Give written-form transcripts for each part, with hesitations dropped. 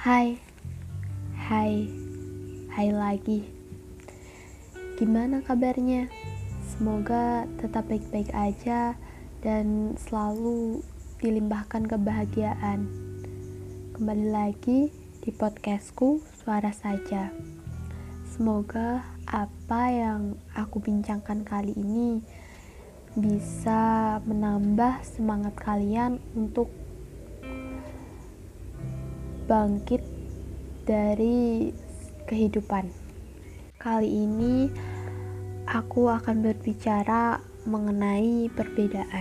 Hai, hai, hai lagi. Gimana kabarnya? Semoga tetap baik-baik aja dan selalu dilimpahkan kebahagiaan. Kembali lagi di podcastku Suara Saja. Semoga apa yang aku bincangkan kali ini bisa menambah semangat kalian untuk bangkit dari kehidupan. Kali ini aku akan berbicara mengenai perbedaan.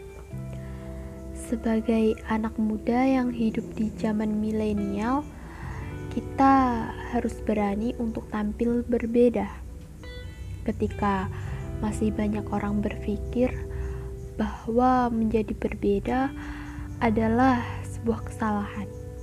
Sebagai anak muda yang hidup di zaman milenial, kita harus berani untuk tampil berbeda. Ketika masih banyak orang berpikir bahwa menjadi berbeda adalah sebuah kesalahan.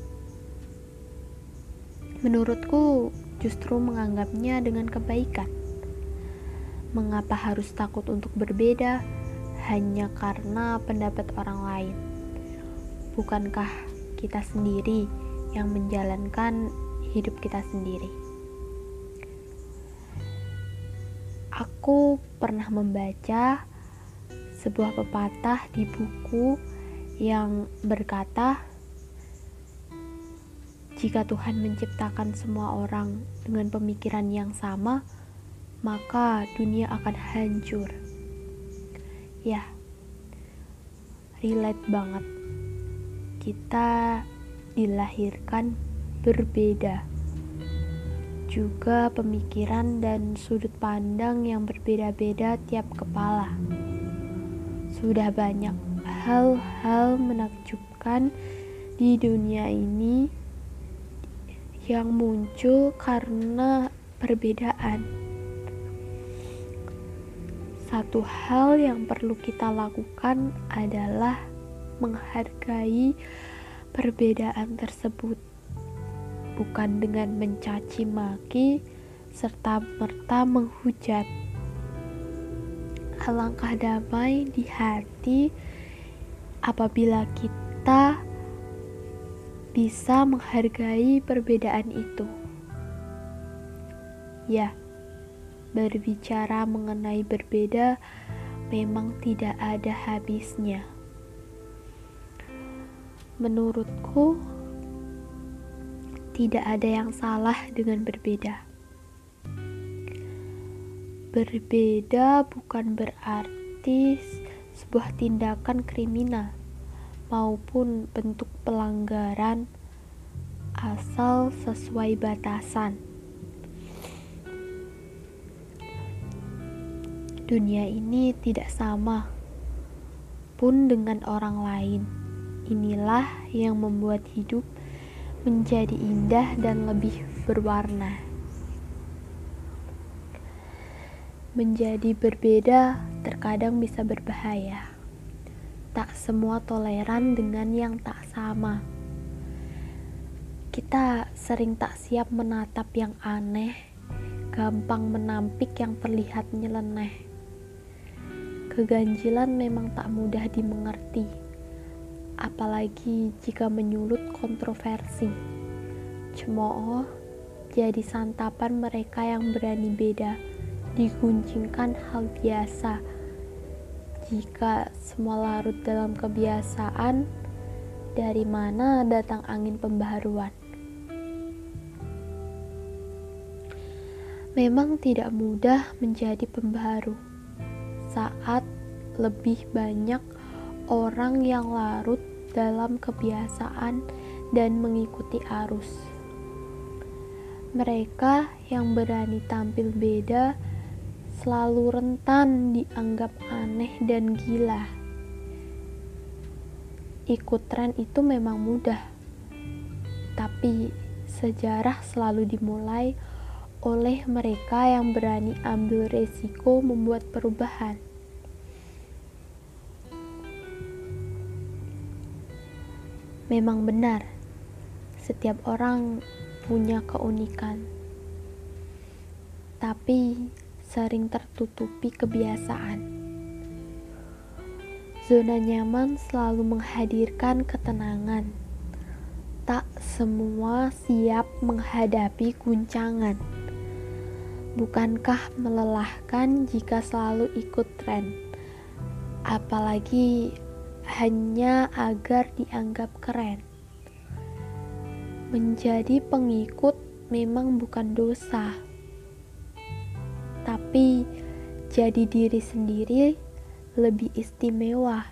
Menurutku, justru menganggapnya dengan kebaikan. Mengapa harus takut untuk berbeda hanya karena pendapat orang lain? Bukankah kita sendiri yang menjalankan hidup kita sendiri? Aku pernah membaca sebuah pepatah di buku yang berkata, jika Tuhan menciptakan semua orang dengan pemikiran yang sama, maka dunia akan hancur. Ya, relate banget. Kita dilahirkan berbeda. Juga pemikiran dan sudut pandang yang berbeda-beda tiap kepala. Sudah banyak hal-hal menakjubkan di dunia ini yang muncul karena perbedaan. Satu hal yang perlu kita lakukan adalah menghargai perbedaan tersebut, bukan dengan mencaci maki serta merta menghujat. Alangkah damai di hati apabila kita bisa menghargai perbedaan itu. Ya, berbicara mengenai berbeda memang tidak ada habisnya. Menurutku, tidak ada yang salah dengan berbeda. Berbeda bukan berarti sebuah tindakan kriminal maupun bentuk pelanggaran, asal sesuai batasan. Dunia ini tidak sama pun dengan orang lain. Inilah yang membuat hidup menjadi indah dan lebih berwarna. Menjadi berbeda terkadang bisa berbahaya. Tak semua toleran dengan yang tak sama. Kita sering tak siap menatap yang aneh, gampang menampik yang terlihat nyeleneh. Keganjilan memang tak mudah dimengerti, apalagi jika menyulut kontroversi. Cemooh jadi santapan mereka yang berani beda, diguncingkan hal biasa. Jika semua larut dalam kebiasaan, dari mana datang angin pembaharuan? Memang tidak mudah menjadi pembaharu saat lebih banyak orang yang larut dalam kebiasaan dan mengikuti arus. Mereka yang berani tampil beda selalu rentan dianggap aneh dan gila. Ikut tren itu memang mudah, tapi sejarah selalu dimulai oleh mereka yang berani ambil resiko membuat perubahan. Memang benar, setiap orang punya keunikan, tapi sering tertutupi kebiasaan. Zona nyaman selalu menghadirkan ketenangan, tak semua siap menghadapi guncangan. Bukankah melelahkan jika selalu ikut tren, apalagi hanya agar dianggap keren? Menjadi pengikut memang bukan dosa, tapi jadi diri sendiri lebih istimewa.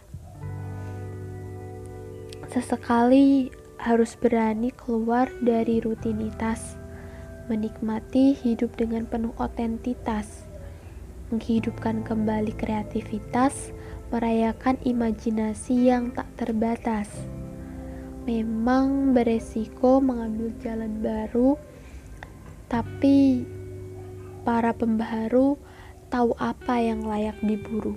Sesekali harus berani keluar dari rutinitas, menikmati hidup dengan penuh otentitas, menghidupkan kembali kreativitas, merayakan imajinasi yang tak terbatas. Memang beresiko mengambil jalan baru, tapi para pembaharu tahu apa yang layak diburu.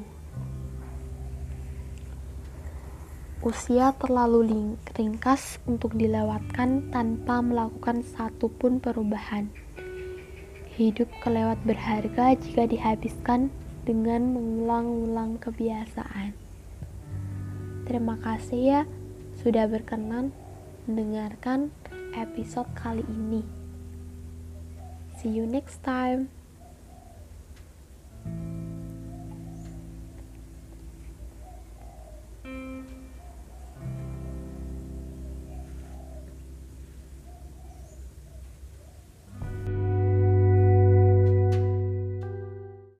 Usia terlalu ringkas untuk dilewatkan tanpa melakukan satupun perubahan. Hidup kelewat berharga jika dihabiskan dengan mengulang-ulang kebiasaan. Terima kasih ya sudah berkenan mendengarkan episode kali ini. See you next time.